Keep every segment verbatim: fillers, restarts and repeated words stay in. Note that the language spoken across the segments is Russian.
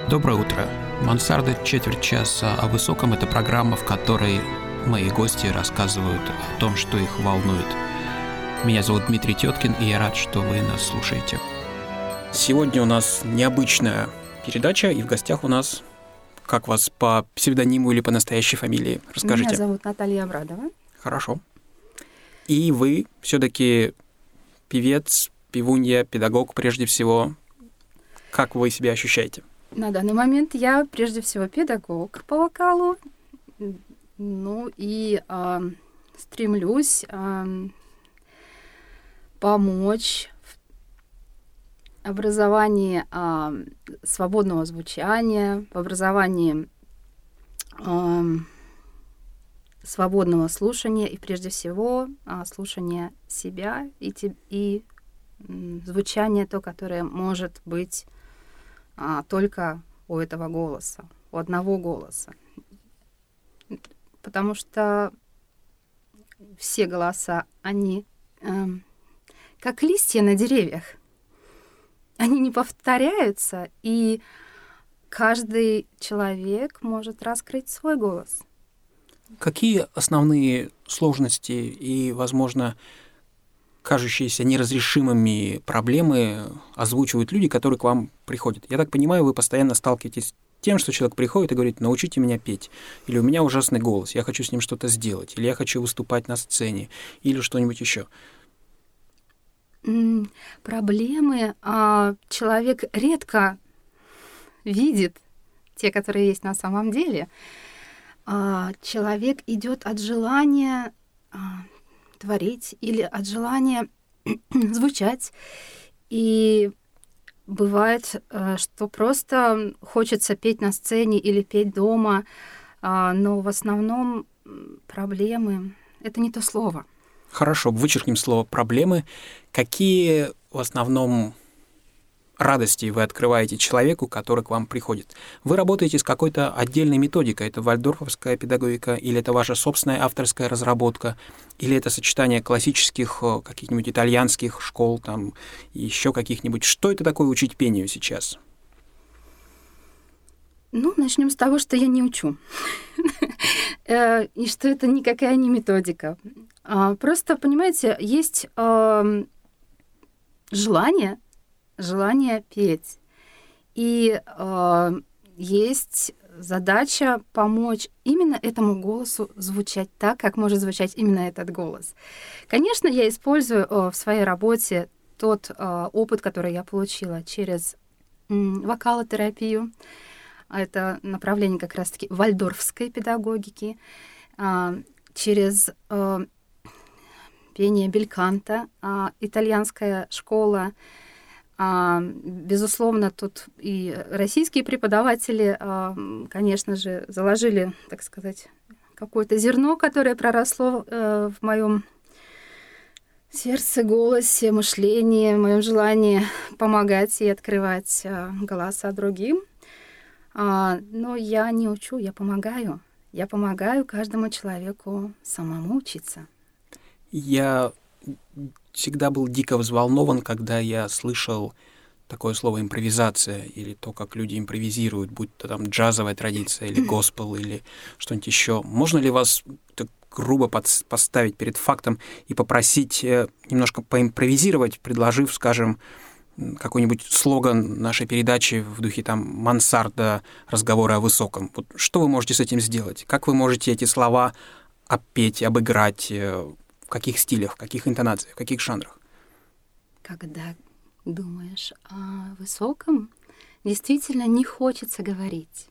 Доброе утро. «Мансарда. Четверть часа о высоком» — это программа, в которой мои гости рассказывают о том, что их волнует. Меня зовут Дмитрий Теткин, и я рад, что вы нас слушаете. Сегодня у нас необычная передача, и в гостях у нас, как вас, по псевдониму или по настоящей фамилии? Расскажите. Меня зовут Наталья Абрадова. Хорошо. И вы все-таки певец, певунья, педагог прежде всего. Как вы себя ощущаете? На данный момент я прежде всего педагог по вокалу. Ну и э, стремлюсь э, помочь в образовании э, свободного звучания, в образовании э, свободного слушания и прежде всего э, слушания себя и, te- и э, звучание то, которое может быть а, только у этого голоса, у одного голоса. Потому что все голоса, они э, как листья на деревьях. Они не повторяются, и каждый человек может раскрыть свой голос. Какие основные сложности и, возможно, кажущиеся неразрешимыми проблемы озвучивают люди, которые к вам приходят? Я так понимаю, вы постоянно сталкиваетесь с тем, что человек приходит и говорит: научите меня петь, или у меня ужасный голос, я хочу с ним что-то сделать, или я хочу выступать на сцене, или что-нибудь еще. М, Проблемы а, человек редко видит, те, которые есть на самом деле. А, человек идет от желания а, творить или от желания звучать. И бывает, что просто хочется петь на сцене или петь дома, но в основном проблемы — это не то слово. Хорошо, вычеркнем слово «проблемы». Какие в основном радости вы открываете человеку, который к вам приходит? Вы работаете с какой-то отдельной методикой? Это вальдорфовская педагогика, или это ваша собственная авторская разработка, или это сочетание классических каких-нибудь итальянских школ, там, еще каких-нибудь? Что это такое учить пению сейчас? Ну, начнем с того, что я не учу. И что это никакая не методика. Просто, понимаете, есть желание, желание петь. И э, есть задача помочь именно этому голосу звучать так, как может звучать именно этот голос. Конечно, я использую э, в своей работе тот э, опыт, который я получила через э, вокалотерапию. Это направление как раз-таки вальдорфской педагогики. Э, через э, пение бельканто, э, итальянская школа. А, безусловно, тут и российские преподаватели, а, конечно же, заложили, так сказать, какое-то зерно, которое проросло а, в моем сердце, голосе, мышлении, в моем желании помогать и открывать а, голоса другим. А, но я не учу, я помогаю. Я помогаю каждому человеку самому учиться. Я всегда был дико взволнован, когда я слышал такое слово «импровизация», или то, как люди импровизируют, будь то там джазовая традиция, или госпел, или что-нибудь еще. Можно ли вас так грубо под, поставить перед фактом и попросить немножко поимпровизировать, предложив, скажем, какой-нибудь слоган нашей передачи в духе там «Мансарда. Разговоры о высоком». Вот что вы можете с этим сделать? Как вы можете эти слова опеть, обыграть? В каких стилях, в каких интонациях, в каких жанрах? Когда думаешь о высоком, действительно не хочется говорить.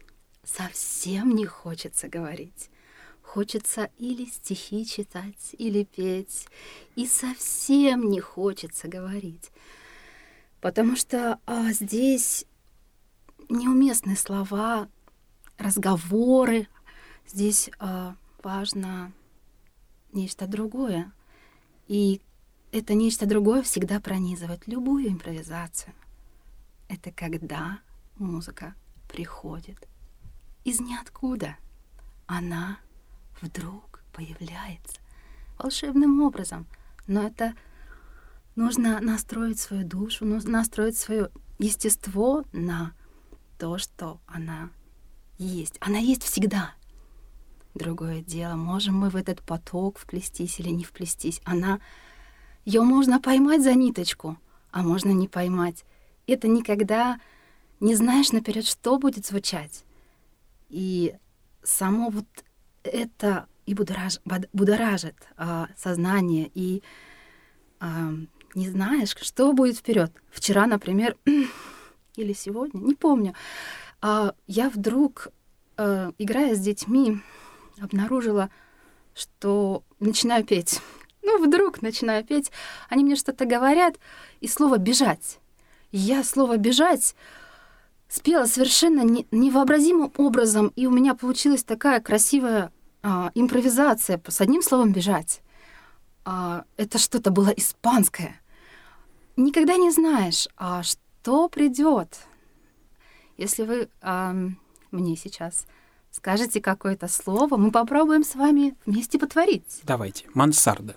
Совсем не хочется говорить. Хочется или стихи читать, или петь. И совсем не хочется говорить. Потому что а, здесь неуместны слова, разговоры. Здесь а, важно нечто другое. И это нечто другое всегда пронизывает любую импровизацию. Это когда музыка приходит из ниоткуда. Она вдруг появляется волшебным образом. Но это нужно настроить свою душу, настроить свое естество на то, что она есть. Она есть всегда. Другое дело, можем мы в этот поток вплестись или не вплестись. Она... Ее можно поймать за ниточку, а можно не поймать. Это никогда не знаешь наперед, что будет звучать. И само вот это и будораж... будоражит а, сознание, и а, не знаешь, что будет вперед. Вчера, например, или сегодня, не помню, а, я вдруг, а, играя с детьми, обнаружила, что начинаю петь. Ну, вдруг начинаю петь, они мне что-то говорят, и слово «бежать». Я слово «бежать» спела совершенно не, невообразимым образом, и у меня получилась такая красивая а, импровизация с одним словом «бежать». А, это что-то было испанское. Никогда не знаешь, а что придет. Если вы а, мне сейчас скажете какое-то слово, мы попробуем с вами вместе потворить. Давайте. Мансарда.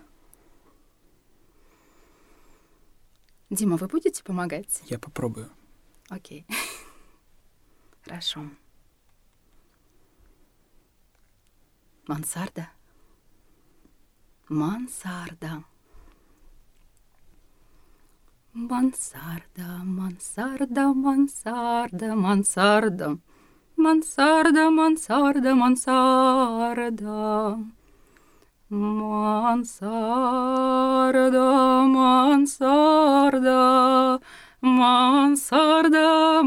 Дима, вы будете помогать? Я попробую. Окей. Хорошо. Мансарда. Мансарда. Мансарда, мансарда, мансарда, мансарда. Мансарда, мансарда, мансарда. Мансарда, мансарда, мансарда,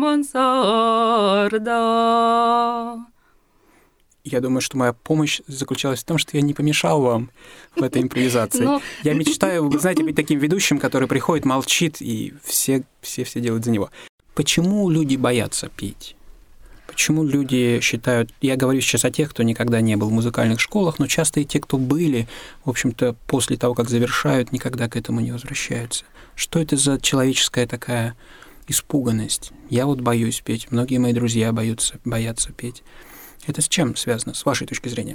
мансарда. Я думаю, что моя помощь заключалась в том, что я не помешал вам в этой импровизации. Но... Я мечтаю, вы знаете, быть таким ведущим, который приходит, молчит, и все, все, все делают за него. Почему люди боятся петь? Почему люди считают... Я говорю сейчас о тех, кто никогда не был в музыкальных школах, но часто и те, кто были, в общем-то, после того, как завершают, никогда к этому не возвращаются. Что это за человеческая такая испуганность? Я вот боюсь петь, многие мои друзья боятся, боятся петь. Это с чем связано, с вашей точки зрения?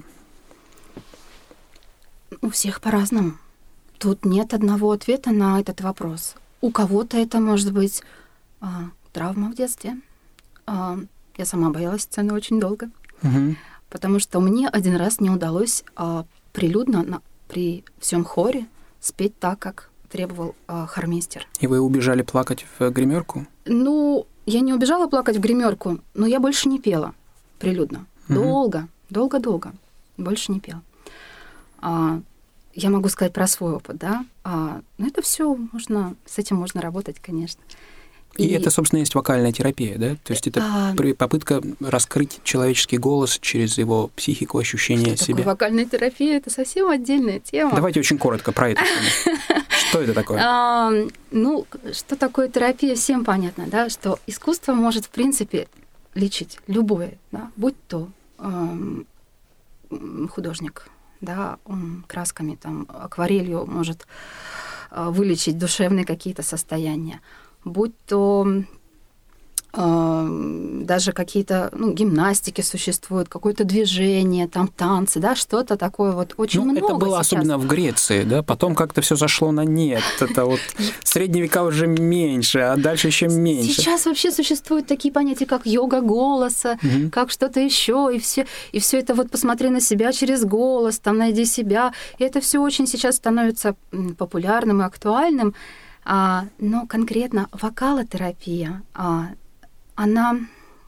У всех по-разному. Тут нет одного ответа на этот вопрос. У кого-то это может быть а, травма в детстве. А, я сама боялась сцены очень долго, угу. потому что мне один раз не удалось а, прилюдно на, при всем хоре спеть так, как требовал а, хормейстер. И вы убежали плакать в гримерку? Ну, я не убежала плакать в гримерку, но я больше не пела прилюдно. Угу. Долго, долго-долго. Больше не пела. А, я могу сказать про свой опыт, да. А, ну, это все можно, с этим можно работать, конечно. И, и это, собственно, есть вокальная терапия, да? То есть это а... попытка раскрыть человеческий голос через его психику, ощущение что себя. Такое вокальная терапия — это совсем отдельная тема. Давайте очень коротко про это. Что это такое? Ну, что такое терапия, всем понятно, да, что искусство может, в принципе, лечить любое, да, будь то художник, да, он красками, там, акварелью может вылечить душевные какие-то состояния, будь то э, даже какие-то, ну, гимнастики существуют, какое-то движение, там, танцы, да, что-то такое вот очень ну, много это было сейчас. Особенно в Греции, да, потом как-то все зашло на нет, это вот средние века уже меньше, а дальше еще меньше. Сейчас вообще существуют такие понятия, как йога голоса, угу. как что-то еще, и все, и все это вот посмотри на себя через голос, там, найди себя, и это все очень сейчас становится популярным и актуальным. А, но конкретно вокалотерапия, а, она...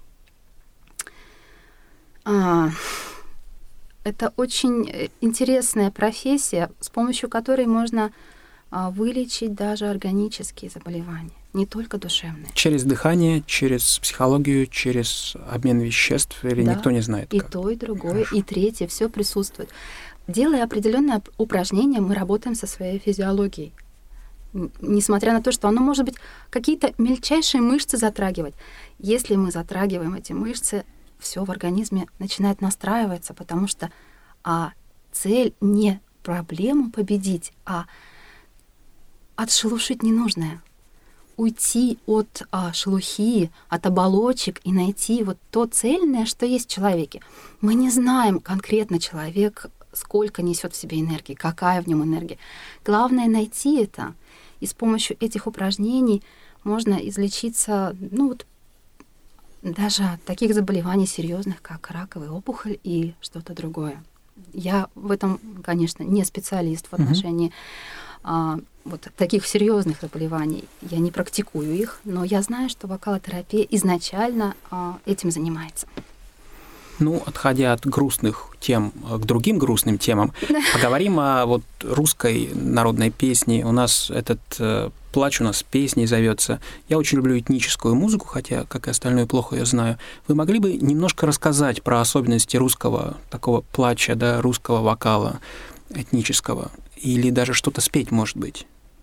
А, это очень интересная профессия, с помощью которой можно а, вылечить даже органические заболевания, не только душевные. Через дыхание, через психологию, через обмен веществ, или да, никто не знает? И как? то, и другое, Хорошо. И третье, все присутствует. Делая определенное упражнение, мы работаем со своей физиологией. Несмотря на то, что оно может быть какие-то мельчайшие мышцы затрагивать. Если мы затрагиваем эти мышцы, все в организме начинает настраиваться, потому что а, цель не проблему победить, а отшелушить ненужное. Уйти от а, шелухи, от оболочек и найти вот то цельное, что есть в человеке. Мы не знаем конкретно человек, сколько несет в себе энергии, какая в нем энергия. Главное найти это. И с помощью этих упражнений можно излечиться, ну вот, даже от таких заболеваний серьезных, как раковая опухоль и что-то другое. Я в этом, конечно, не специалист в отношении mm-hmm. а, вот таких серьезных заболеваний. Я не практикую их, но я знаю, что вокалотерапия изначально а, этим занимается. Ну, отходя от грустных тем к другим грустным темам, поговорим о вот русской народной песне. У нас этот э, плач у нас песней зовется. Я очень люблю этническую музыку, хотя, как и остальное, плохо ее знаю. Вы могли бы немножко рассказать про особенности русского такого плача, да, русского вокала этнического? Или даже что-то спеть, может быть?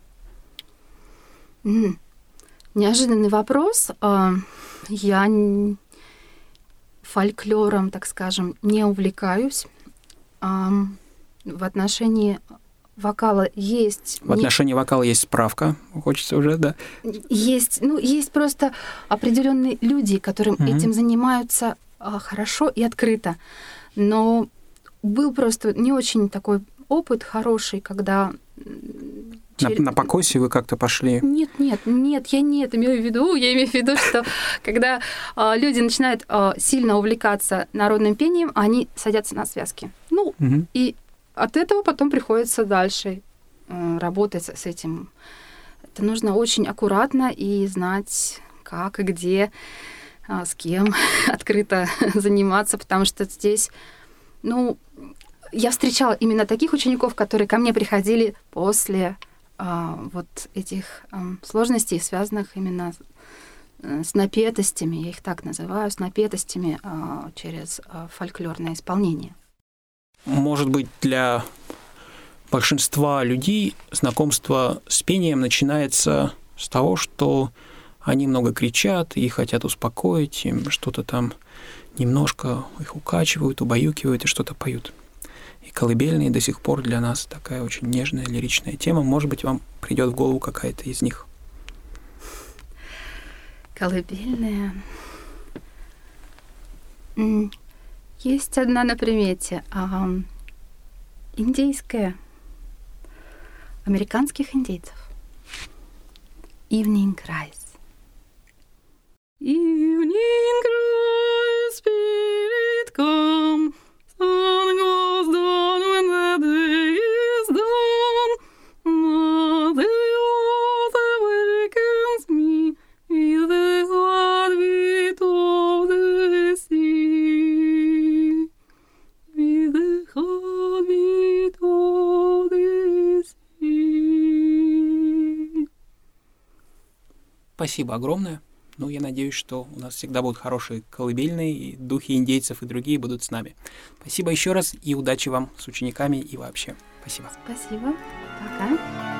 Mm. Неожиданный вопрос. Я фольклором, так скажем, не увлекаюсь. В отношении вокала есть... В отношении не... вокала есть справка, хочется уже, да? Есть, ну, есть просто определенные люди, которые mm-hmm. этим занимаются хорошо и открыто. Но был просто не очень такой опыт хороший, когда... На, на покосе вы как-то пошли? Нет, нет, нет, я не это имею в виду. Я имею в виду, что когда а, люди начинают а, сильно увлекаться народным пением, они садятся на связки. Ну, угу. и от этого потом приходится дальше а, работать с этим. Это нужно очень аккуратно и знать, как и где, а, с кем открыто заниматься, потому что здесь, ну, я встречала именно таких учеников, которые ко мне приходили после а, вот этих а, сложностей, связанных именно с, с напетостями, я их так называю, с напетостями а, через а, фольклорное исполнение. Может быть, для большинства людей знакомство с пением начинается с того, что они много кричат и хотят успокоить, им что-то там немножко их укачивают, убаюкивают и что-то поют. И колыбельные до сих пор для нас такая очень нежная, лиричная тема. Может быть, вам придет в голову какая-то из них? Колыбельная. Есть одна на примете. Индейская. Американских индейцев. Evening Cries. Evening cries, spirit come. Sun goes down when the day is done. Mother Earth awakens me with the heartbeat of the sea. With the heartbeat of the sea. Спасибо огромное. Ну, я надеюсь, что у нас всегда будут хорошие колыбельные, и духи индейцев и другие будут с нами. Спасибо еще раз, и удачи вам с учениками и вообще. Спасибо. Спасибо. Пока.